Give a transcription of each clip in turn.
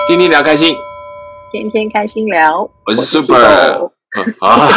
天天聊开心， 天天开心聊。 我是 Super。好，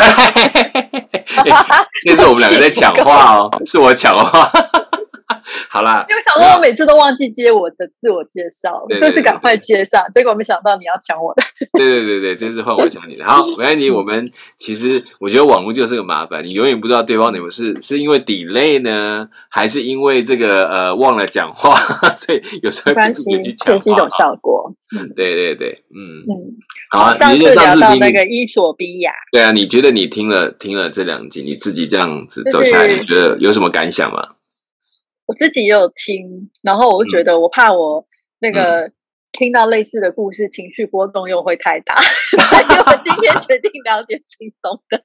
那是我们两个在抢话哦，是我抢话。好啦， 因为想说我每次都忘记接我的自我介绍，这次赶快接上，结果没想到你要抢我的。 对，这次换我抢你的。好，没问题。我们其实我觉得网络就是个麻烦，你永远不知道对方你们是因为 delay 呢，还是因为这个忘了讲话，所以有时候不自己去抢话， 这是一种效果。 对，好啊。 上次聊到那个伊索比亚， 对啊，你觉得你听了这2集，你自己这样子走下来，你觉得有什么感想吗？ 我自己也有听，然后我就觉得我怕我那个听到类似的故事，情绪波动又会太大，所以我今天决定聊点轻松的。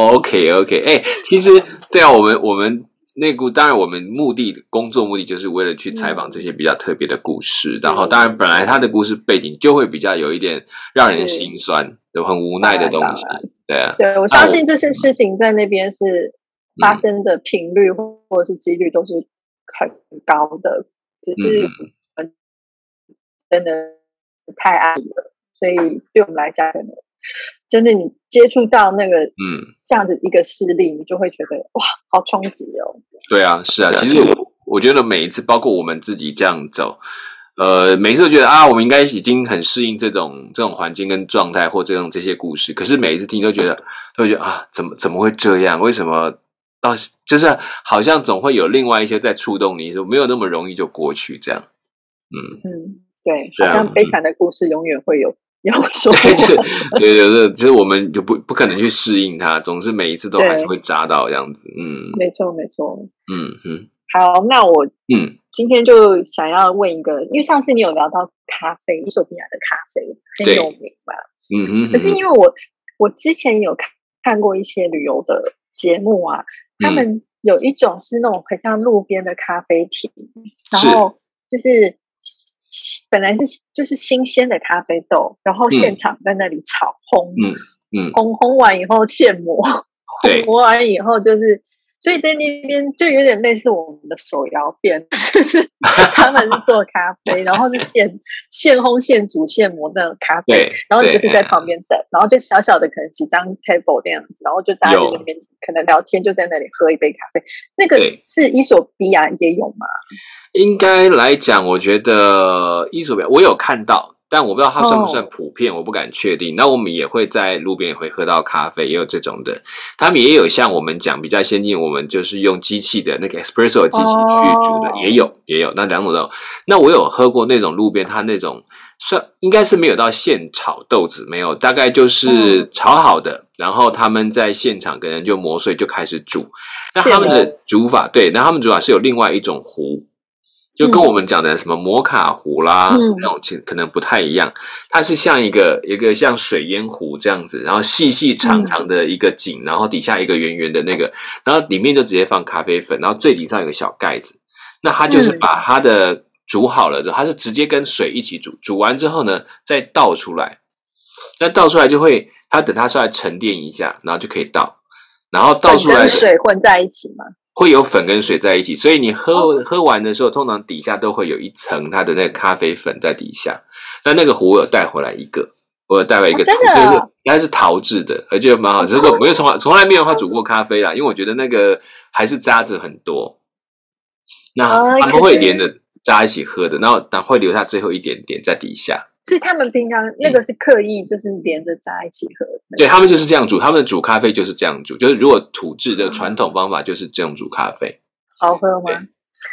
OK，其实对啊，我们内部当然我们工作目的就是为了去采访这些比较特别的故事，然后当然本来他的故事背景就会比较有一点让人心酸，有很无奈的东西。对啊， 对，我相信这些事情在那边是发生的频率或者是几率都是很高的，只是真的太爱了，所以对我们来讲，可能真的你接触到那个这样子一个事例，你就会觉得哇，好冲击哦。对啊，是啊，其实我觉得每一次，包括我们自己这样走，每一次都觉得啊，我们应该已经很适应这种环境跟状态或这些故事，可是每一次听都觉得啊，怎么会这样？为什么？就是好像总会有另外一些在触动你，没有那么容易就过去这样。 对，好像悲惨的故事永远会有说。 对，其实我们就不可能去适应它，总是每一次都还是会扎到这样子。 没错。好，那我今天就想要问一个，因为上次你有聊到咖啡，伊索比亚的咖啡很有名嘛。可是因为我之前有看过一些旅游的节目啊，他们有一种是那种很像路边的咖啡厅，然后就是本来就是新鲜的咖啡豆，然后现场在那里炒烘完以后现磨，磨完以后就是，所以在那边就有点类似我们的手摇店，就是他们是做咖啡，然后是现烘现煮现磨那种咖啡，然后你就是在旁边等，然后就小小的可能几张 table 那样子，然后就大家在那边可能聊天，就在那里喝一杯咖啡。那个是伊索比亚也有吗？ 应该来讲，我觉得伊索比亚我有看到，但我不知道它算不算普遍，我不敢确定。那我们也会在路边也会喝到咖啡，也有这种的。他们也有像我们讲比较先进，我们就是用机器的那个 espresso 机器去煮的，也有那两种都有。那我有喝过那种路边，它那种应该是没有到现炒豆子，没有，大概就是炒好的，然后他们在现场可能就磨碎就开始煮。那他们的煮法那他们煮法是有另外一种壶。就跟我们讲的什么摩卡壶啦，那种可能不太一样。它是像一个像水烟壶这样子，然后细长的一个井，然后底下一个圆圆的那个，然后里面就直接放咖啡粉，然后最底上有个小盖子。那它就是把它的煮好了之后，它是直接跟水一起煮，煮完之后呢，再倒出来。那倒出来就会，它等它稍微沉淀一下，然后就可以倒。然后倒出来， 跟水混在一起吗？ 会有粉跟水在一起，所以你喝完的时候，通常底下都会有一层它的那个咖啡粉在底下。那个壶我有带回来一个，我有带回一个，就是应该是陶制的，而且蛮好吃。我没有从来没有煮过咖啡啦，因为我觉得那个还是渣子很多。那他们会连着渣一起喝的，然后会留下最后一点点在底下。 所以他们平常那个是刻意就是连着渣一起喝的。 对，他们就是这样煮，他们煮咖啡就是这样煮，就是如果土制的传统方法就是这样煮咖啡。 好喝吗？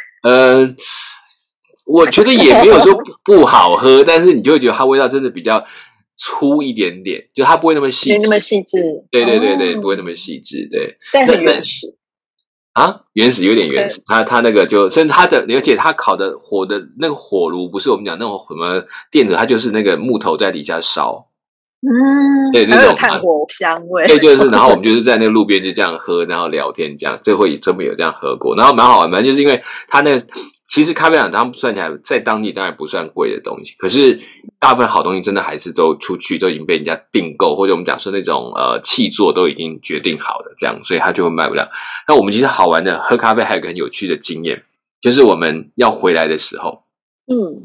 我觉得也没有说不好喝，但是你就会觉得它味道真的比较粗一点点，就它不会那么细致， 没那么细致。 对，不会那么细致，对。 但很原始。 原始有点原始，它那个就甚至而且它烤的火的那个火炉不是我们讲那种什么电子，它就是那个木头在底下烧，对，那种炭火香味， 对，就是，然后我们就是在那个路边就这样喝，然后聊天这样，真没有这样喝过，然后蛮好玩，反正就是因为它那个其实咖啡厂他们算起来在当地当然不算贵的东西，可是大部分好东西真的还是都出去都已经被人家订购，或者我们讲说那种契作都已经决定好的这样，所以它就会卖不了。那我们其实好玩的喝咖啡还有一个很有趣的经验，就是我们要回来的时候，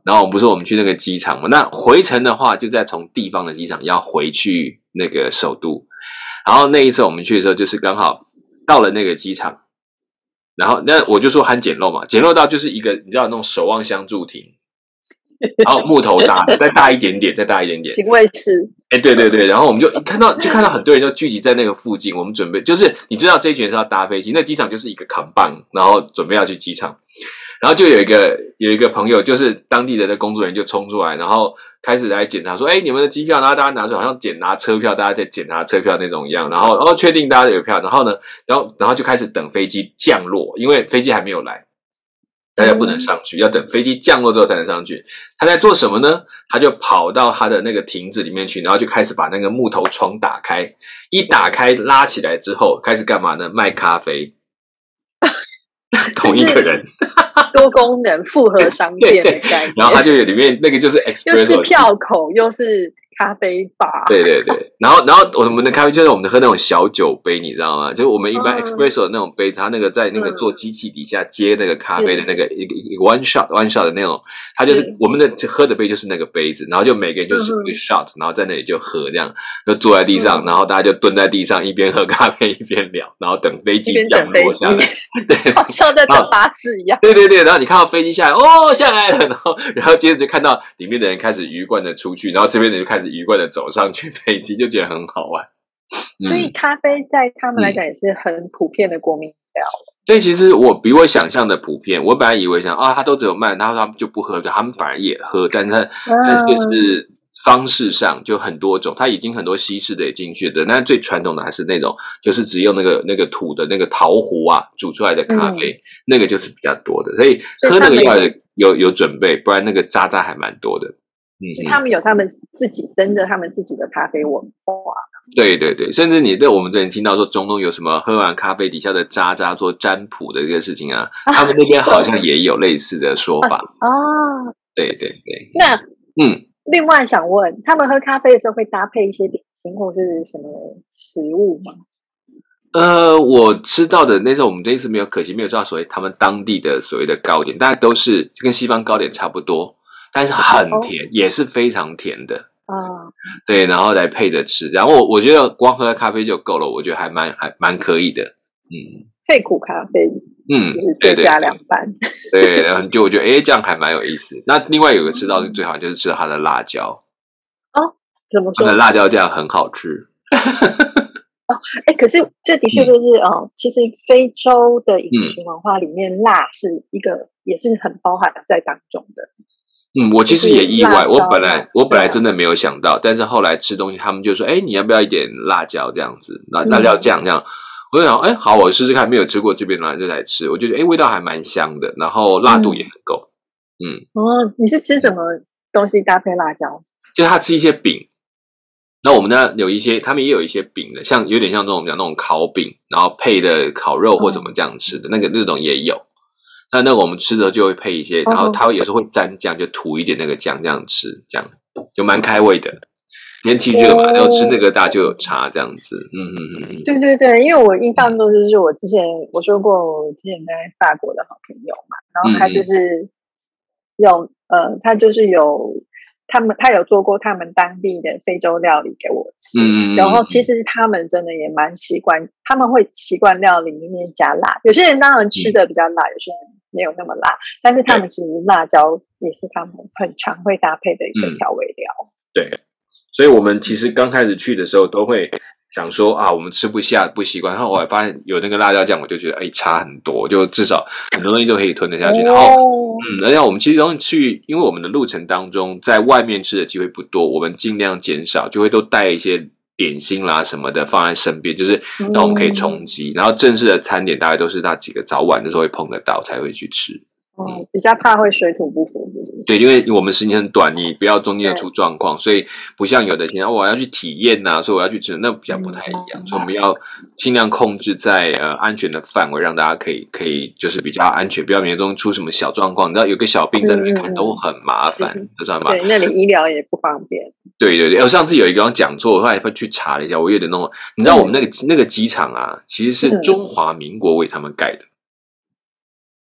然后不是我们去那个机场嘛，那回程的话就再从地方的机场要回去那个首都，然后那一次我们去的时候就是刚好到了那个机场，然后那我就说很简陋嘛，简陋到就是一个你知道那种守望相助亭，然后木头搭的，再大一点点，再大一点点， 警卫室。 对对对，然后我们就看到很多人就聚集在那个附近，我们准备就是你知道这一群人是要搭飞机，那机场就是一个扛棒，然后准备要去机场。然后就有一个朋友，就是当地的工作人员就冲出来，然后开始来检查说：“你们的机票。”然后大家拿出来，好像拿车票，大家在检查车票那种一样。然后确定大家有票，然后呢，然后就开始等飞机降落，因为飞机还没有来，大家不能上去，要等飞机降落之后才能上去。他在做什么呢？他就跑到他的那个亭子里面去，然后就开始把那个木头窗打开，一打开拉起来之后，开始干嘛呢？卖咖啡。同一个人， 多功能复合商店的概念。 然后他就有里面那个就是 espresso， 又是票口，又是咖啡吧。 对对对，然后我们的咖啡就是我们喝那种小酒杯，你知道吗？就是我们一般 espresso 的那种杯子，它那个在那个做机器底下接那个咖啡的那个一个 one shot 的那种，它就是我们的喝的杯就是那个杯子，然后就每个人就是一个 shot，然后在那里就喝，这样就坐在地上，然后大家就蹲在地上一边喝咖啡一边聊，然后等飞机降落下来，对， 好像在等巴士一样。 对对对，然后你看到飞机下来，下来了，然后接着就看到里面的人开始鱼贯的出去，然后这边的人就开始鱼贯的走上去飞机，就觉得很好玩。 所以咖啡在他们来讲也是很普遍的国民饮料。 对，其实比我想象的普遍。我本来以为他都只有卖，然后他们就不喝，他们反而也喝，但是就是方式上就很多种，它已经很多西式的也进去的，但最传统的还是那种就是只用那个土的那个陶壶啊煮出来的咖啡，那个就是比较多的，所以喝那个要有准备，不然那个渣渣还蛮多的。 他们有他们自己他们自己的咖啡文化。 对对对，甚至我们之前听到说中东有什么喝完咖啡底下的渣渣做占卜的这个事情啊，他们那边好像也有类似的说法。对对对。 那另外想问，他们喝咖啡的时候会搭配一些点心或是什么食物吗？ 我吃到的那时候我们这一次可惜没有知道所谓他们当地的所谓的糕点，大家都是跟西方糕点差不多，但是很甜，也是非常甜的。对，然后来配着吃，然后我觉得光喝咖啡就够了，我觉得还蛮可以的。 配苦咖啡，就是多加2瓣。 对，然后就我觉得这样还蛮有意思。那另外有个吃到最好就是吃到它的辣椒。 怎么说？ 它的辣椒酱很好吃。 可是这的确就是其实非洲的饮食文化里面，辣是一个也是很包含在当中的。 我其实也意外，我本来真的没有想到，但是后来吃东西，他们就说：“你要不要一点辣椒这样子？辣椒酱这样。”我就想，好，我试试看，没有吃过这边的辣椒来吃，我就觉得味道还蛮香的，然后辣度也很够。 你是吃什么东西搭配辣椒？ 就是他吃一些饼。那我们呢有一些，他们也有一些饼的，有点像我们讲那种烤饼，然后配的烤肉或怎么这样吃的，那种也有。那个我们吃的就会配一些，然后他有时候会沾酱，就涂一点那个酱这样吃，这样就蛮开胃的。年轻去了嘛，然后吃那个大就有差这样子。 对对对，因为我印象中就是我说过，我之前在法国的好朋友嘛，然后他就是他就是他有做过他们当地的非洲料理给我吃，然后其实他们真的也蛮习惯，他们会习惯料理里面加辣，有些人当然吃的比较辣，有些人没有那么辣，但是他们其实辣椒也是他们很常会搭配的一个调味料。 对，所以我们其实刚开始去的时候都会想说我们吃不下不习惯，然后我还发现有那个辣椒酱，我就觉得差很多，就至少很多东西都可以吞得下去。然后而且我们其实去，因为我们的路程当中在外面吃的机会不多，我们尽量减少，就会都带一些点心啦什么的放在身边，就是让我们可以充饥。然后正式的餐点大概都是那几个早晚的时候会碰得到才会去吃。 比较怕会水土不服，是不是？ 对，因为我们时间很短，你不要中间出状况，所以不像有的人我要去体验所以我要去吃，那比较不太一样。所以我们要尽量控制在安全的范围，让大家可以就是比较安全，不要免中出什么小状况。你知道有个小病在那边看都很麻烦，知道吗？ 对，那里医疗也不方便。 对对对，我上次有一个讲错，我后来去查了一下，我有点弄。你知道我们那个机场其实是中华民国为他们盖的。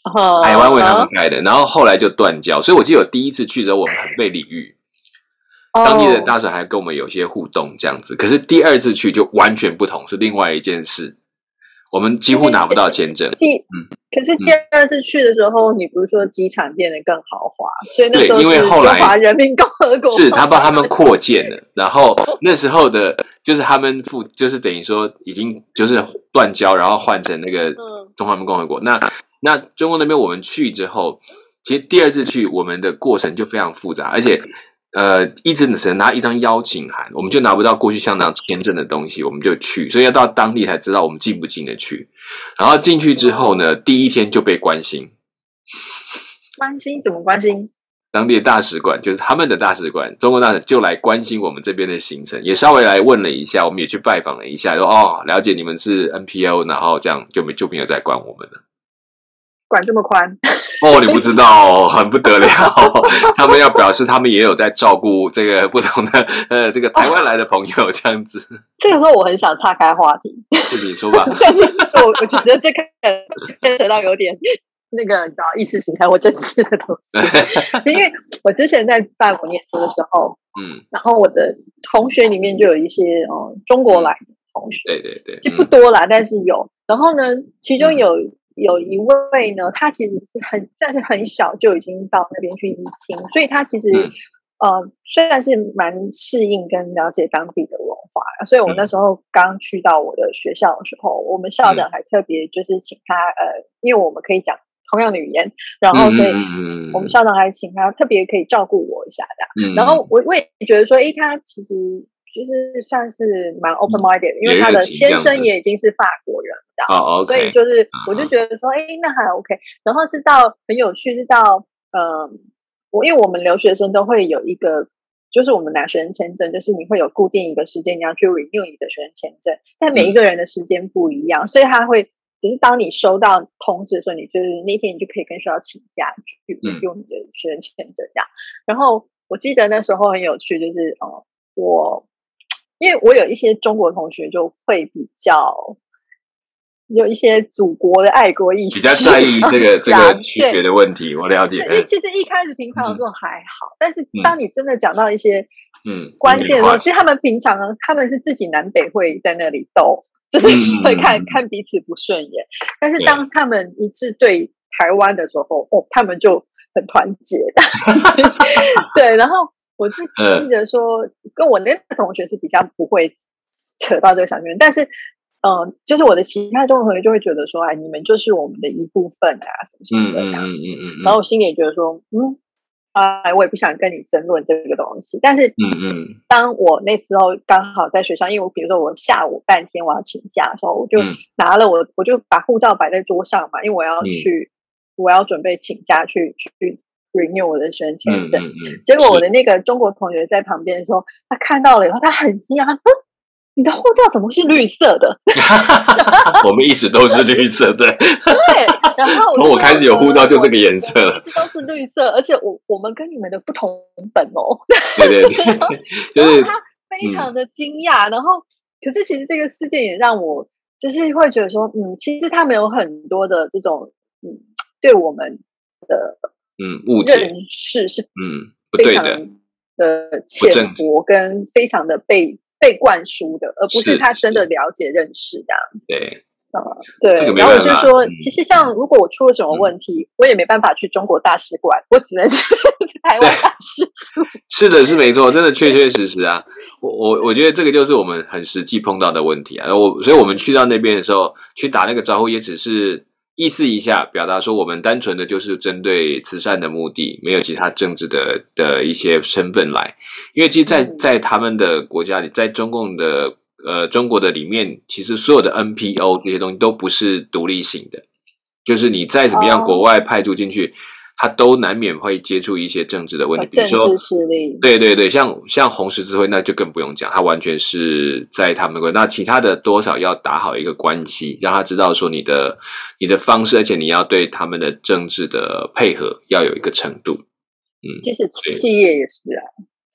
台湾为他们开的，然后后来就断交。所以我记得我第一次去的时候，我们很被礼遇，当地的大使还跟我们有些互动这样子。可是第二次去就完全不同，是另外一件事。我们几乎拿不到签证。 可是第二次去的时候，你不是说机场变得更豪华，所以那时候因为后来中华人民共和国是他帮他们扩建了，然后那时候的就是他们就是等于说已经就是断交，然后换成那个中华人民共和国。那中国那边我们去之后，其实第二次去我们的过程就非常复杂，而且一直只能拿一张邀请函，我们就拿不到过去像那样签证的东西，我们就去，所以要到当地才知道我们进不进得去。然后进去之后呢，第一天就被关心。 关心怎么关心？ 当地的大使馆就是他们的大使馆，中国大使就来关心我们这边的行程，也稍微来问了一下，我们也去拜访了一下，说了解你们是 NPO， 然后这样就没有再管我们了。 管这么宽你不知道很不得了他们要表示他们也有在照顾这个不同的这个台湾来的朋友这样子。 这个时候我很想岔开话题， 是你说吧。 但是我觉得这个牵扯到有点那个你知道意识形态或政治的东西因为我之前在法国念书的时候然后我的同学里面就有一些中国来的同学， 对， 其实不多啦但是有。然后呢其中有一位呢，他其实是算是很小就已经到那边去移青，所以他其实虽然是蛮适应跟了解当地的文化，所以我那时候刚去到我的学校的时候，我们校长还特别就是请他因为我们可以讲同样的语言，然后所以我们校长还请他特别可以照顾我一下的。然后我也觉得说他其实就是算是蛮 open minded，因为他的先生也已经是法国人的，所以就是我就觉得说那还 OK。然后直到很有趣，直到因为我们留学生都会有一个，就是我们拿学生签证，就是你会有固定一个时间你要去 renew 你的学生签证，但每一个人的时间不一样，所以他会只是当你收到通知的时候，你就是那天你就可以跟学校请假去 renew 你的学生签证这样。然后我记得那时候很有趣，就是因为我有一些中国同学就会比较有一些祖国的爱国意识， 比较在意这个区别的问题，我了解。 其实一开始平常的时候还好，但是当你真的讲到一些关键的时候，其实他们平常他们是自己南北会在那里斗，就是会看彼此不顺眼，但是当他们一致对台湾的时候，他们就很团结对，然后我就记得说跟我那个同学是比较不会扯到这个小圈，但是就是我的其他中国同学就会觉得说你们就是我们的一部分啊什么什么的然后我心里也觉得说我也不想跟你争论这个东西，但是当我那时候刚好在学校，因为比如说我下午半天我要请假的时候，我就拿了我就把护照摆在桌上嘛，因为我要准备请假去renew 我的学生签证结果我的那个中国同学在旁边的时候，他看到了以后他很惊讶，你的护照怎么是绿色的我们一直都是绿色的对，然后从我开始有护照就这个颜色了， 一直都是绿色，而且我们跟你们的不同本对就是他非常的惊讶然后可是其实这个事件也让我就是会觉得说其实他们有很多的这种对我们的误解认识是非常的浅薄跟非常的被灌输的，而不是他真的了解认识这样。对，然后我就说其实像如果我出了什么问题我也没办法去中国大使馆，我只能去台湾大使处是的，是没错，真的确实啊我觉得这个就是我们很实际碰到的问题啊，所以我们去到那边的时候去打那个招呼也只是意思一下，表达说我们单纯的就是针对慈善的目的，没有其他政治的一些身份来。因为其实在他们的国家里，在中国的里面，其实所有的 NPO 这些东西都不是独立性的，就是你再怎么样国外派驻进去他都难免会接触一些政治的问题，比如说政治势力， 对，像红十字会那就更不用讲，他完全是在他们的那其他的多少要打好一个关系，让他知道说你的方式，而且你要对他们的政治的配合要有一个程度。 其实企业也是啊，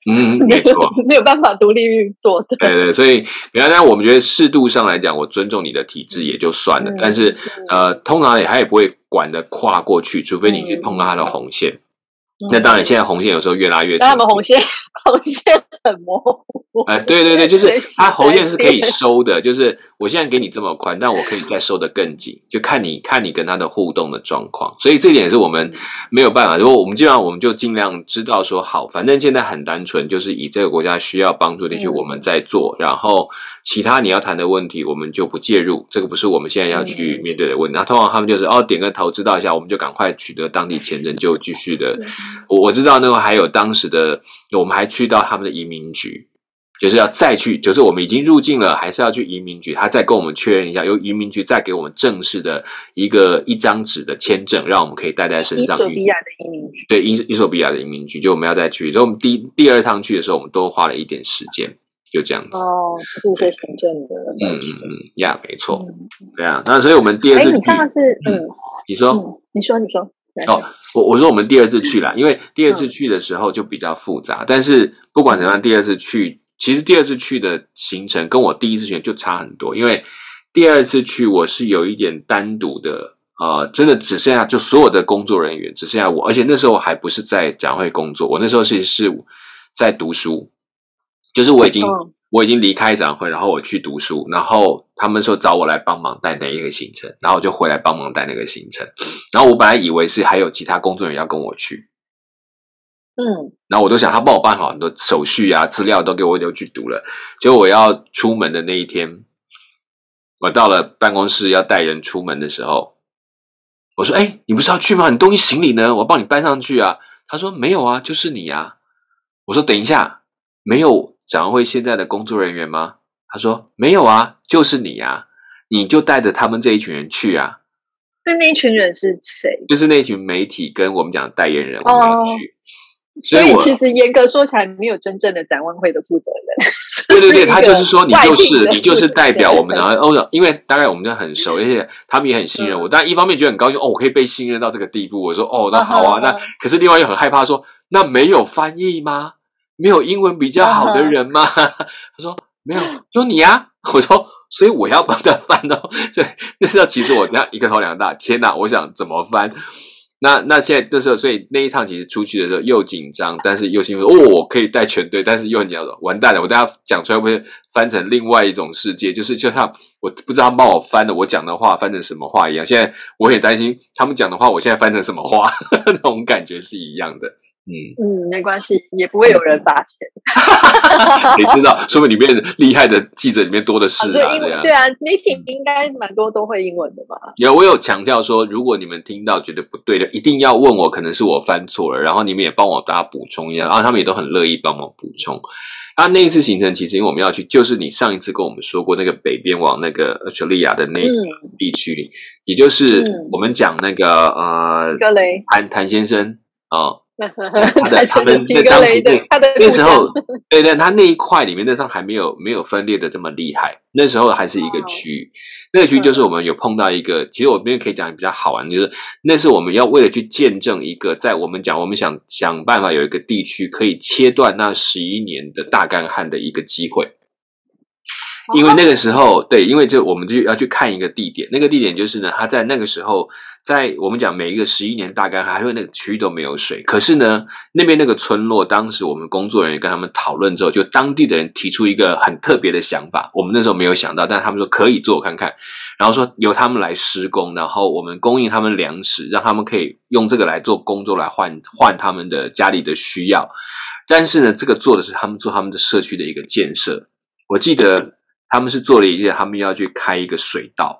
没错， 没有办法独立运作的。 对，所以比方讲，我们觉得适度上来讲，我尊重你的体质也就算了，但是通常他也不会管得跨过去，除非你去碰到他的红线。那当然，现在红线有时候越拉越长。 他们红线很模糊。 对，就是它红线是可以收的，就是我现在给你这么宽，但我可以再收得更紧，就看你跟他的互动的状况。所以这一点是我们没有办法。如果我们基本上我们就尽量知道说，好，反正现在很单纯，就是以这个国家需要帮助的去我们在做，然后其他你要谈的问题我们就不介入，这个不是我们现在要去面对的问题。那通常他们就是点个头知道一下，我们就赶快取得当地签证，就继续的。我知道那个还有当时的，我们还去到他们的移民局。就是要再去，就是我们已经入境了，还是要去移民局，他再跟我们确认一下，由移民局再给我们正式的一张纸的签证，让我们可以带在身上。 伊索比亚的移民局， 对，伊索比亚的移民局，就我们要再去。所以我们第二趟去的时候，我们多花了一点时间，就这样子。 是一些行政的。 呀，没错。对啊，那所以我们第二次去， 你上次你说， 你说。 我说我们第二次去啦，因为第二次去的时候就比较复杂，但是不管怎么样，第二次去。其实第二次去的行程跟我第一次去就差很多，因为第二次去我是有一点单独的，真的只剩下就所有的工作人员只剩下我，而且那时候我还不是在展会工作，我那时候是在读书，就是我已经离开展会，然后我去读书，然后他们说找我来帮忙带那一个行程，然后我就回来帮忙带那个行程，然后我本来以为是还有其他工作人员要跟我去。然后我都想他帮我办好很多手续啊，资料都给我去读了。结果我要出门的那一天，我到了办公室要带人出门的时候，我说：“你不是要去吗？你东西行李呢？我帮你搬上去啊。”他说：“没有啊，就是你啊。”我说：“等一下，没有展会现在的工作人员吗？”他说：“没有啊，就是你啊，你就带着他们这一群人去啊。” 那一群人是谁？ 就是那一群媒体跟我们讲的代言人，我们要去。 所以其实严格说起来，没有真正的展望会的负责人。 对，他就是说你就是代表我们，然后因为大概我们就很熟，而且他们也很信任我。但一方面觉得很高兴，我可以被信任到这个地步。我说那好啊，那可是另外又很害怕说，那没有翻译吗？没有英文比较好的人吗？他说没有，就你啊。我说所以我要帮他翻哦。所以那时候其实我这样一个头两大，天哪！我想怎么翻？那现在这时候，所以那一趟其实出去的时候又紧张，但是又兴奋我可以带全队，但是又很紧张，完蛋了，我大家讲出来会不会翻成另外一种世界？就像我不知道他帮我翻的，我讲的话翻成什么话一样。现在我很担心他们讲的话，我现在翻成什么话，那种感觉是一样的。 没关系，也不会有人发现。 你知道，说明里面厉害的记者里面多的是啊。 对啊，那题应该蛮多都会英文的吧？ 我有强调说，如果你们听到觉得不对的，一定要问我，可能是我翻错了，然后你们也帮我大家补充一下，然后他们也都很乐意帮忙补充。那一次行程其实因为我们要去，就是你上一次跟我们说过那个北边往那个澳大利亚的那地区里，也就是我们讲那个格雷谭先生他们那时候，对，他那一块里面那时候还没有分裂的这么厉害，那时候还是一个区域，那个区域就是我们有碰到一个，其实我这边可以讲比较好玩，就是那是我们要为了去见证一个，在我们想办法有一个地区可以切断那11年的大干旱的一个机会。因为那个时候，对，因为我们就要去看一个地点，那个地点就是呢，它在那个时候，在我们讲每一个11年大干旱，因为那个区域都没有水，可是呢，那边那个村落，当时我们工作人员跟他们讨论之后，就当地的人提出一个很特别的想法，我们那时候没有想到，但他们说可以做看看，然后说由他们来施工，然后我们供应他们粮食，让他们可以用这个来做工作来换他们的家里的需要，但是呢，这个做的是他们做他们的社区的一个建设，我记得。他们是做了一件，他们要去开一个水道。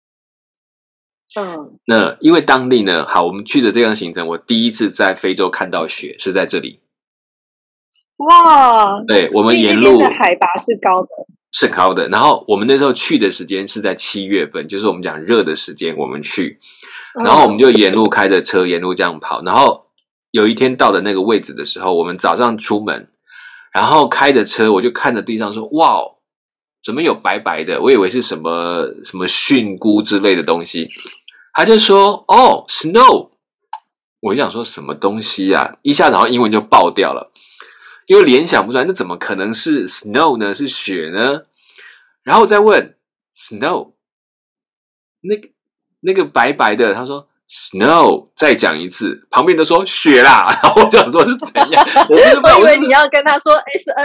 那因为当地呢，好，我们去的这样行程，我第一次在非洲看到雪是在这里。 哇！ 对，我们沿路的海拔是高的， 是高的。然后我们那时候去的时间是在7月份，就是我们讲热的时间，我们去，然后我们就沿路开着车，沿路这样跑。然后有一天到了那个位置的时候，我们早上出门，然后开着车，我就看着地上说：“哇！”怎么有白白的？我以为是什么蕈菇之类的东西。他就说：“哦 ，snow。”我就想说什么东西啊？一下子好像英文就爆掉了。 因为联想不出来，那怎么可能是 snow 呢？是雪呢？然后再问 snow， 那个白白的，他说 snow， 再讲一次，旁边都说雪啦。然后我想说是怎样？ 我以为你要跟他说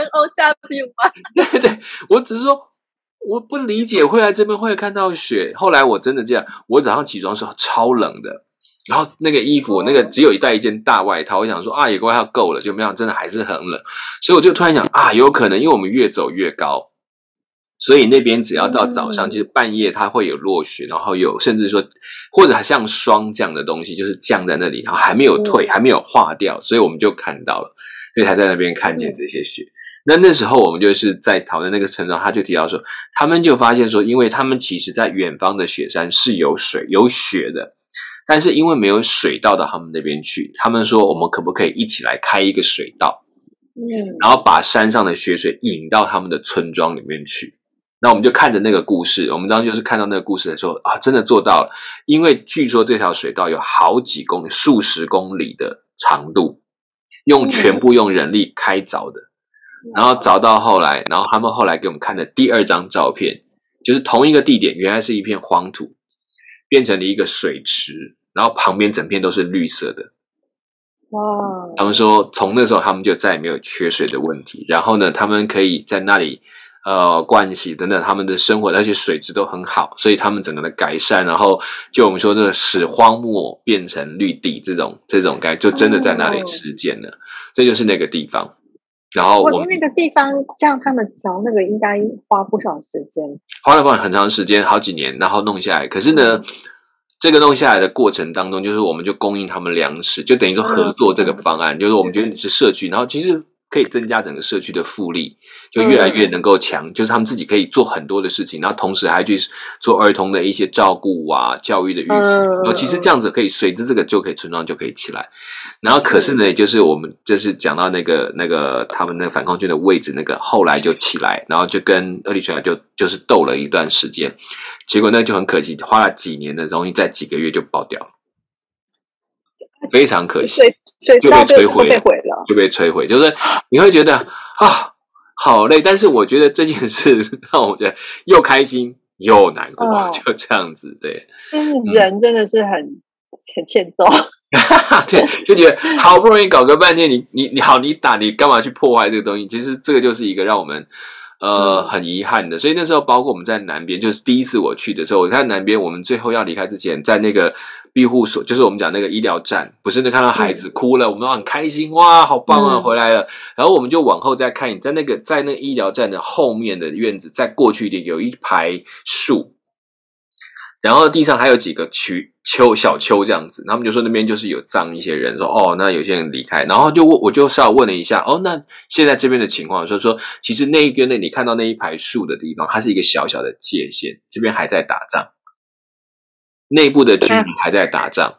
SNOW 吗？ 对对，我只是说我不理解会来这边会看到雪。后来我真的这样，我早上起床的时候超冷的。然后那个衣服，那个只有带一件大外套，我想说也快要够了，就没想真的还是很冷，所以我就突然想有可能因为我们越走越高，所以那边只要到早上，就是半夜它会有落雪，然后有甚至说或者像霜降的东西，就是降在那里，然后还没有退，还没有化掉，所以我们就看到了，所以才在那边看见这些雪。那时候我们就是在讨论那个村庄，他就提到说，他们就发现说，因为他们其实在远方的雪山是有水有雪的。但是因为没有水道到他们那边去，他们说我们可不可以一起来开一个水道，然后把山上的雪水引到他们的村庄里面去。那我们就看着那个故事，我们当时就是看到那个故事的时候真的做到了，因为据说这条水道有好几公里、数十公里的长度，全部用人力开凿的，然后凿到后来，然后他们后来给我们看的第二张照片，就是同一个地点，原来是一片荒土，变成了一个水池，然后旁边整片都是绿色的。 哇！ 他们说从那时候他们就再也没有缺水的问题，然后呢他们可以在那里盥洗等等，他们的生活那些水质都很好，所以他们整个的改善，然后就我们说这个使荒漠变成绿地这种就真的在那里实践了。这就是那个地方。然后我们那个地方这样他们凿那个应该花不少时间， 花了很长时间，好几年，然后弄下来。可是呢这个弄下来的过程当中，就是我们就供应他们粮食，就等于说合作这个方案，就是我们觉得你是社区，然后其实可以增加整个社区的复利，就越来越能够强，就是他们自己可以做很多的事情，然后同时还去做儿童的一些照顾教育的育儿，其实这样子可以随着这个就可以村庄就可以起来。然后可是呢，就是我们就是讲到那个他们那个反抗军的位置，那个后来就起来，然后就跟厄立垂亚就是斗了一段时间，结果那就很可惜，花了几年的东西，在几个月就爆掉了，非常可惜，就被摧毁了，就被摧毁。就是你会觉得好累，但是我觉得这件事让我觉得又开心又难过，就这样子。对， 人真的是很欠揍。 对，就觉得好不容易搞个半天，你好，你打你干嘛去破坏这个东西？其实这个就是一个让我们很遗憾的。所以那时候包括我们在南边，就是第一次我去的时候，我在南边，我们最后要离开之前，在那个庇护所，就是我们讲那个医疗站，不是看到孩子哭了，我们都很开心，哇，好棒啊，回来了。然后我们就往后再看，在那个医疗站的后面的院子，再过去一点有一排树。然后地上还有几个小丘这样子，他们就说那边就是有葬一些人，说那有些人离开，然后我就稍微问了一下，那现在这边的情况，说其实那一边你看到那一排树的地方，它是一个小小的界限，这边还在打仗，内部的居民还在打仗，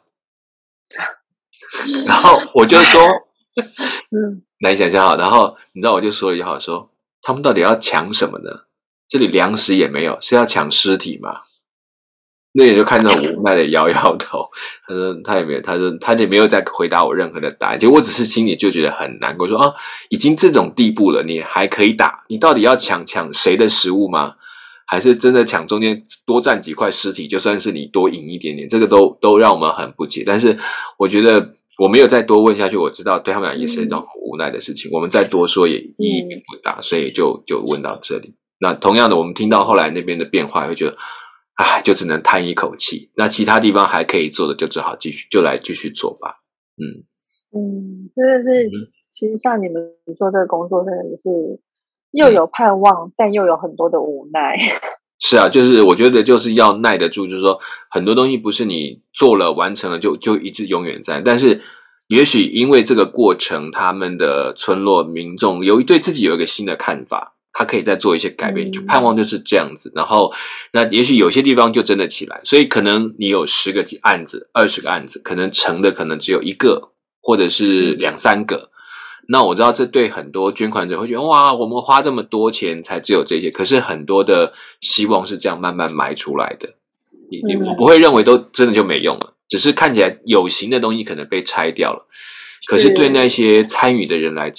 然后我就说，难想象好，然后你知道我就说了一句话，说他们到底要抢什么呢？这里粮食也没有，是要抢尸体吗？那人就看到无奈的摇摇头，他说他也没有，他也没有再回答我任何的答案，就我只是心里就觉得很难过，说已经这种地步了，你还可以打，你到底要抢谁的食物吗？还是真的抢中间多占几块尸体，就算是你多赢一点点，这个都让我们很不解。但是我觉得我没有再多问下去，我知道对他们俩也是一种很无奈的事情，我们再多说也意义并不大，所以就问到这里。那同样的，我们听到后来那边的变化，会觉得就只能叹一口气。那其他地方还可以做的，就只好继续做吧。 真的是，其实像你们说这个工作，真的是又有盼望，但又有很多的无奈。 是啊，就是我觉得就是要耐得住，就是说很多东西不是你做了完成了就一直永远在，但是也许因为这个过程，他们的村落民众对自己有一个新的看法。他可以再做一些改变，就盼望就是这样子。然后，那也许有些地方就真的起来，所以可能你有10个案子、20个案子，可能成的可能只有1个，或者是2、3个。那我知道这对很多捐款者会觉得，哇，我们花这么多钱才只有这些，可是很多的希望是这样慢慢埋出来的。我不会认为都真的就没用了，只是看起来有形的东西可能被拆掉了。可是对那些参与的人来讲，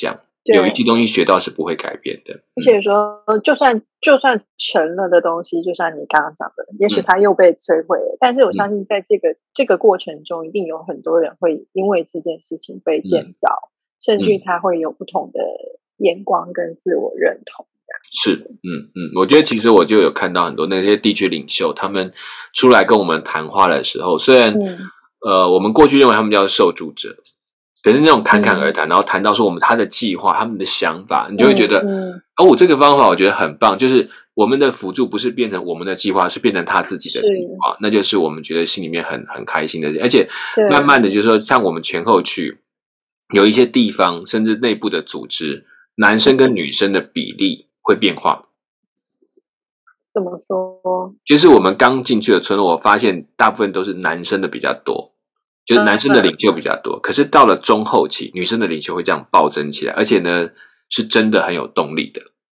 有一些东西学到是不会改变的。 而且说就算成了的东西，就像你刚刚讲的，也许它又被摧毁了，但是我相信在这个过程中，一定有很多人会因为这件事情被建造，甚至他会有不同的眼光跟自我认同。 是，我觉得其实我就有看到很多那些地区领袖，他们出来跟我们谈话的时候，虽然我们过去认为他们叫受助者，可是那种侃侃而谈，然后谈到说他的计划、他们的想法，你就会觉得，我这个方法我觉得很棒，就是我们的辅助不是变成我们的计划，是变成他自己的计划，那就是我们觉得心里面很开心的，而且慢慢的就是说，像我们前后去有一些地方，甚至内部的组织，男生跟女生的比例会变化。 怎么说？ 就是我们刚进去的村落，我发现大部分都是男生的比较多，就是男生的领袖比较多。可是到了中后期，女生的领袖会这样暴增起来，而且呢，是真的很有动力的。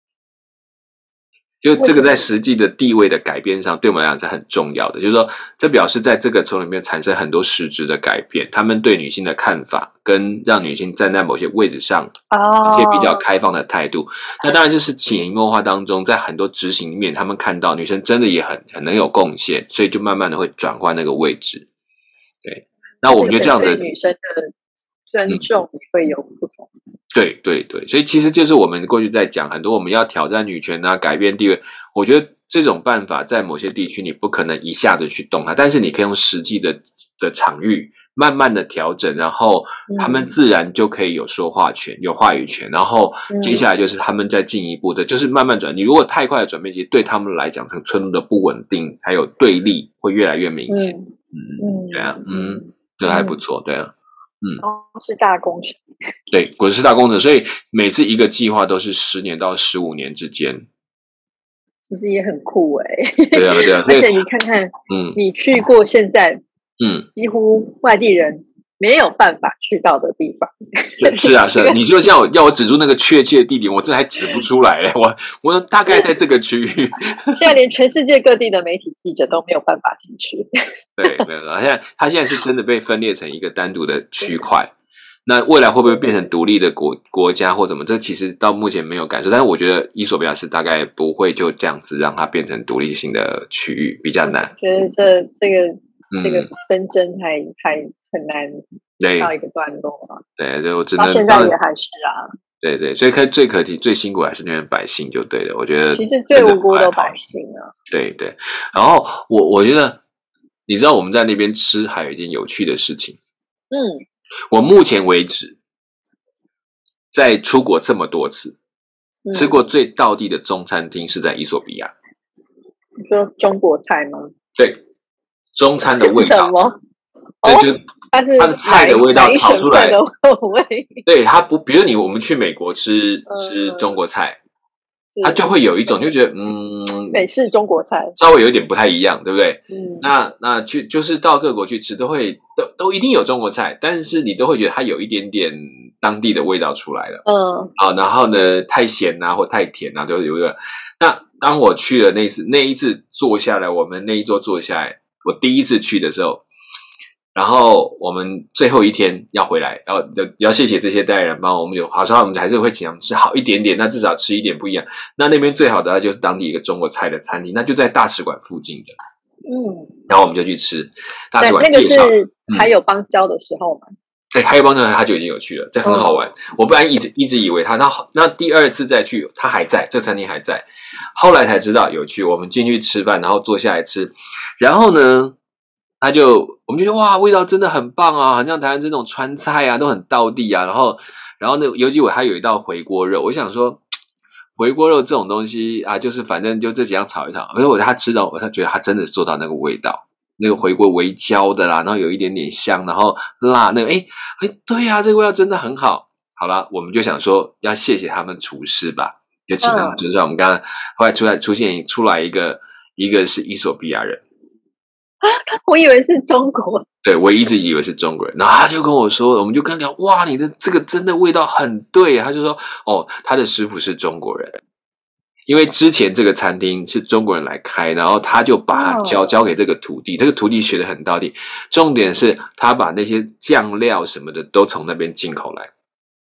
就这个在实际的地位的改变上，对我们来讲是很重要的。就是说，这表示在这个村里面产生很多实质的改变，他们对女性的看法，跟让女性站在某些位置上，一些比较开放的态度。那当然就是潜移默化当中，在很多执行里面，他们看到女生真的也很能有贡献，所以就慢慢的会转换那个位置。对，那我们觉得这样的女生的尊重也会有不同。 对，所以其实就是我们过去在讲很多我们要挑战女权啊，改变地位。我觉得这种办法在某些地区你不可能一下子去动它，但是你可以用实际的场域慢慢的调整，然后他们自然就可以有说话权、有话语权。然后接下来就是他们再进一步的，就是慢慢转。你如果太快的转变，其实对他们来讲，村落的不稳定还有对立会越来越明显。对啊，这还不错，对啊。 是大工程。 对，果然是大工程，所以每次一个计划都是10年到15年之间。 其实也很酷对啊， 而且你看看，你去过现在，几乎外地人没有办法去到的地方。 是啊，你就像要我指出那个确切的地点，我这还指不出来嘞。我大概在这个区域。 现在连全世界各地的媒体记者都没有办法进去。 对，没有。他现在是真的被分裂成一个单独的区块。那未来会不会变成独立的国家或怎么？这其实到目前没有感受，但是我觉得伊索比亚是大概不会就这样子让它变成独立性的区域，比较难。 觉得这个纷争还很难到一个段落啊。 对，我只能到现在也还是啊。 对，所以最可惜、最辛苦还是那边百姓就对了。我觉得其实最无辜的百姓啊。 对，然后我觉得，你知道我们在那边吃还有一件有趣的事情。我目前为止，在出国这么多次，吃过最道地的中餐厅是在伊索比亚。 你说中国菜吗？ 对，中餐的味道。 什么？ 它的菜的味道跑出来的味。 对，它不，比如我们去美国吃中国菜，它就会有一种就觉得美式中国菜稍微有点不太一样，对不对？那就是到各国去吃都一定有中国菜，但是你都会觉得它有一点点当地的味道出来了。然后呢，太咸啊或太甜啊，都有个。那当我去了那一次坐下来，我们那一桌坐下来，我第一次去的时候。然后我们最后一天要回来，然后要谢谢这些代理人帮我们，好像我们还是会请他们吃好一点点，那至少吃一点不一样。那边最好的就是当地一个中国菜的餐厅，那就在大使馆附近的。然后我们就去吃大使馆介绍。 那个是还有邦交的时候吗？ 对，还有邦交他就已经有去了，这很好玩。我不然一直以为他那第二次再去，他还在，这餐厅还在。后来才知道有去，我们进去吃饭，然后坐下来吃，然后呢？我们就觉得哇，味道真的很棒啊，很像台湾这种川菜啊，都很道地啊。然后尤其还有一道回锅肉，我想说回锅肉这种东西啊，就是反正就这几样炒一炒。而且他吃到，我觉得他真的做到那个味道，那个回锅微焦的啦，然后有一点点香，然后辣那个，对啊，这个味道真的很好。好了，我们就想说要谢谢他们厨师吧，就请他们就是我们刚刚后来出来一个是伊索比亚人。 我以为是中国， 对，我一直以为是中国人，然后他就跟我说，我们就跟他聊，哇，你的这个真的味道很对，他就说，他的师傅是中国人，因为之前这个餐厅是中国人来开，然后他就把它交给这个徒弟，这个徒弟学得很到底，重点是他把那些酱料什么的都从那边进口来，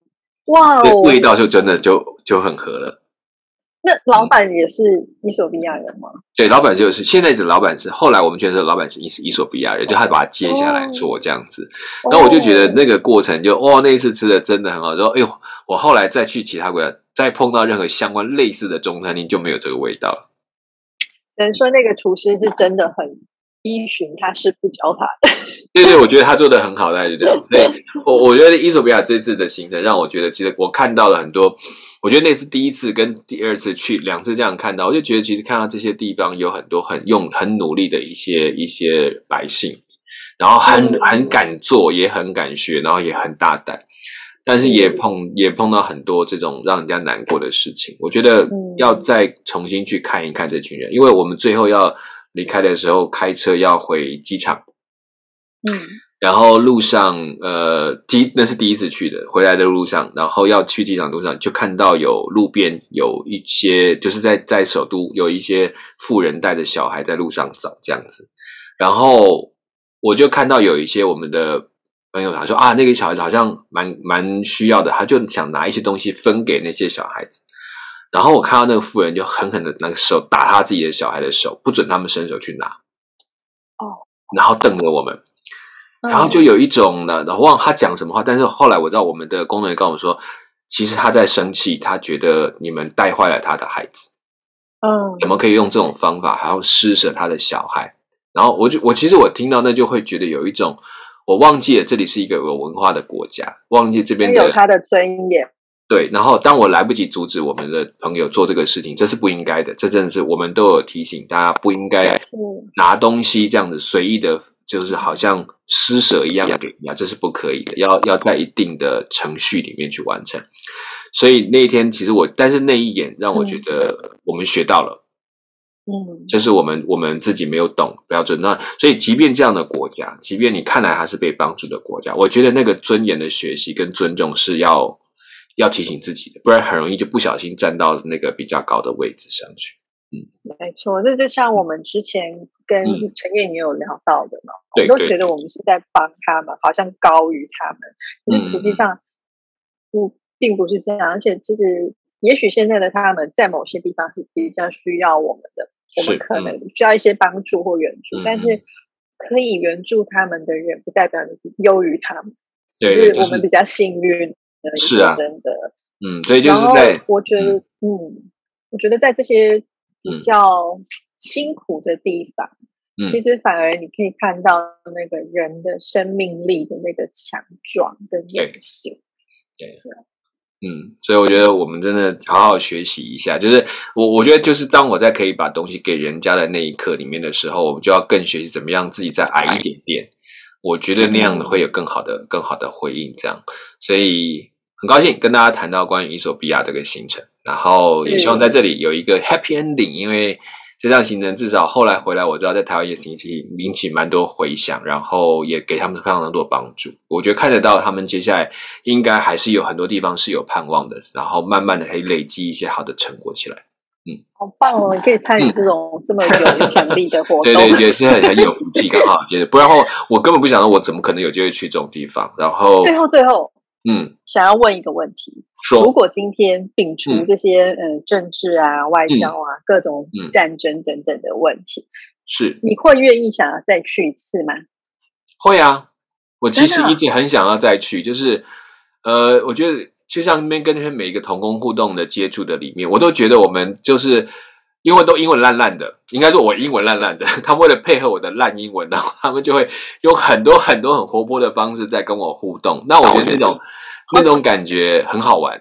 哇哦， 味道就真的就很合了。 那老板也是伊索比亚人吗？ 对，老板就是现在的老板是，后来我们觉得老板是伊索比亚人，就他把它接下来做这样子。那我就觉得那个过程就那一次吃的真的很好。说哎呦，我后来再去其他国家，再碰到任何相关类似的中餐厅就没有这个味道了。 等于说那个厨师是真的很依循他师傅教他的。 对，我觉得他做的很好，大概就这样。所以我觉得伊索比亚这次的行程让我觉得，其实我看到了很多。我觉得那次第一次跟第二次去2次这样看到，我就觉得其实看到这些地方有很多很努力的一些百姓，然后很敢做，也很敢学，然后也很大胆，但是也碰到很多这种让人家难过的事情。我觉得要再重新去看一看这群人，因为我们最后要离开的时候开车要回机场，然后路上那是第一次去的，回来的路上，然后要去机场路上就看到有路边有一些就是在首都有一些富人带着小孩在路上走这样子，然后我就看到有一些我们的朋友他说那个小孩子好像蛮需要的，他就想拿一些东西分给那些小孩子，然后我看到那个富人就狠狠的那个手打他自己的小孩的手，不准他们伸手去拿，然后瞪着我们。然后就有一种呢，我忘了他讲什么话，但是后来我知道我们的工作人员跟我说，其实他在生气，他觉得你们带坏了他的孩子，怎么可以用这种方法还要施舍他的小孩？然后我其实我听到那就会觉得有一种，我忘记了这里是一个有文化的国家，忘记这边的有他的尊严。 对，然后当我来不及阻止我们的朋友做这个事情，这是不应该的，这真的是我们都有提醒大家不应该拿东西这样子随意的，就是好像施舍一样给人家，这是不可以的，要在一定的程序里面去完成。所以那一天其实但是那一眼让我觉得我们学到了，就是我们自己没有懂标准，那所以即便这样的国家，即便你看来它是被帮助的国家，我觉得那个尊严的学习跟尊重是要提醒自己的，不然很容易就不小心站到那个比较高的位置上去。 没错，这就像我们之前跟陈燕也有聊到的嘛，我们都觉得我们是在帮他们，好像高于他们，可是实际上并不是这样，而且其实也许现在的他们在某些地方是比较需要我们的，我们可能需要一些帮助或援助，但是可以援助他们的人，不代表你优于他们，就是我们比较幸运。 是啊， 真的， 所以就是我觉得，我觉得在这些比较辛苦的地方，其实反而你可以看到那个人的生命力的那个强壮跟韧性。对， 所以我觉得我们真的好好学习一下，就是我觉得就是当我在可以把东西给人家的那一刻里面的时候，我们就要更学习怎么样自己再矮一点点。我觉得那样会有更好的回应，这样，所以很高兴跟大家谈到关于伊索比亚这个行程，然后也希望在这里有一个 happy ending， 因为这趟行程至少后来回来，我知道在台湾也引起蛮多回响，然后也给他们非常多帮助。我觉得看得到他们接下来应该还是有很多地方是有盼望的，然后慢慢的可以累积一些好的成果起来。 好棒哦！你可以参与这种这么有影响力的活动， 对，现在很有福气，刚好觉得，不然后我根本不想到我怎么可能有机会去这种地方。然后最后，想要问一个问题：如果今天摒除这些政治啊、外交啊、各种战争等等的问题， 是你会愿意想要再去一次吗？ 会啊，我其实一直很想要再去，就是我觉得。就像那边跟每一个同工互动的接触的里面，我都觉得我们就是因为都英文烂烂的，应该说我英文烂烂的，他们为了配合我的烂英文，然后他们就会用很多很活泼的方式在跟我互动。那我觉得那种感觉很好玩，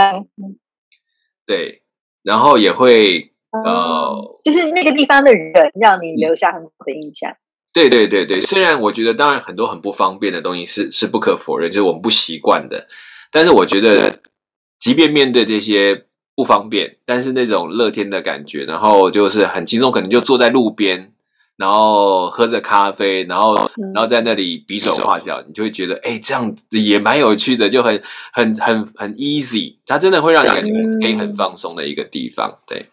对，然后也会就是那个地方的人让你留下很好的印象。 对，虽然我觉得当然很多很不方便的东西是不可否认，就是我们不习惯的。但是我觉得，即便面对这些不方便，但是那种乐天的感觉，然后就是很轻松，可能就坐在路边，然后喝着咖啡，然后在那里比手画脚，你就会觉得，这样子也蛮有趣的，就很 easy， 它真的会让你感觉可以很放松的一个地方。对，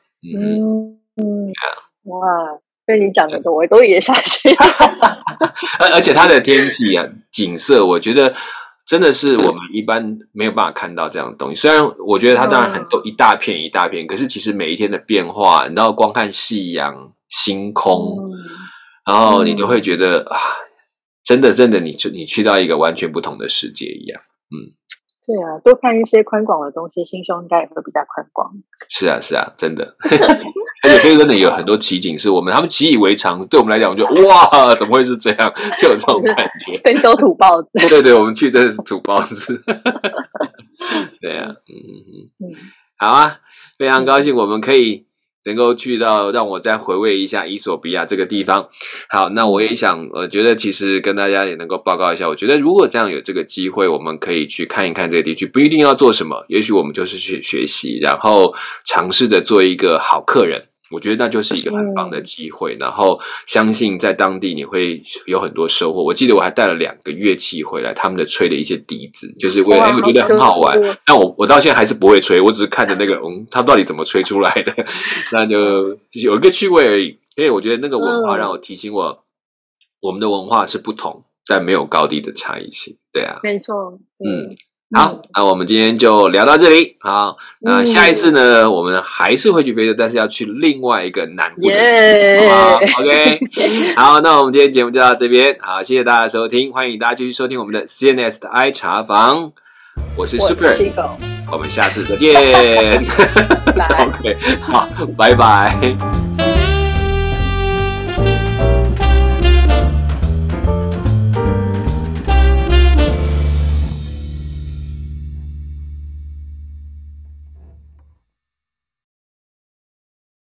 哇，被你讲的我都也下去了。 而且它的天气啊，景色，我觉得。 真的是我们一般没有办法看到这样的东西。虽然我觉得它当然很多一大片一大片，可是其实每一天的变化，你知道，光看夕阳、星空，然后你都会觉得啊，真的，你去到一个完全不同的世界一样。 对啊，多看一些宽广的东西，心胸应该也会比较宽广。 是啊，真的。而且菲律宾的有很多奇景是他们习以为常，对我们来讲，我觉得哇，怎么会是这样？就有这种感觉。 非洲土包子。 对，我们去真的是土包子。对啊，好啊，非常高兴我们可以能够去到，让我再回味一下伊索比亚这个地方。好，那我也想，觉得其实跟大家也能够报告一下，我觉得如果这样有这个机会，我们可以去看一看这个地区，不一定要做什么，也许我们就是去学习，然后尝试着做一个好客人。我觉得那就是一个很棒的机会，然后相信在当地你会有很多收获。我记得我还带了2个乐器回来，他们的吹的一些笛子，就是我觉得很好玩。但我到现在还是不会吹，我只是看着那个他到底怎么吹出来的，那就有一个趣味而已。因为我觉得那个文化让我提醒我们的文化是不同，但没有高低的差异性。对啊， 没错， 好，那我们今天就聊到这里。好，那下一次呢，我们还是会去非洲，但是要去另外一个南部的地方，好吧 ？OK， 好，那我们今天节目就到这边。好，谢谢大家的收听，欢迎大家继续收听我们的 CNS 的 I 茶房。我是 Super， 我们下次再见。OK， 好，拜拜。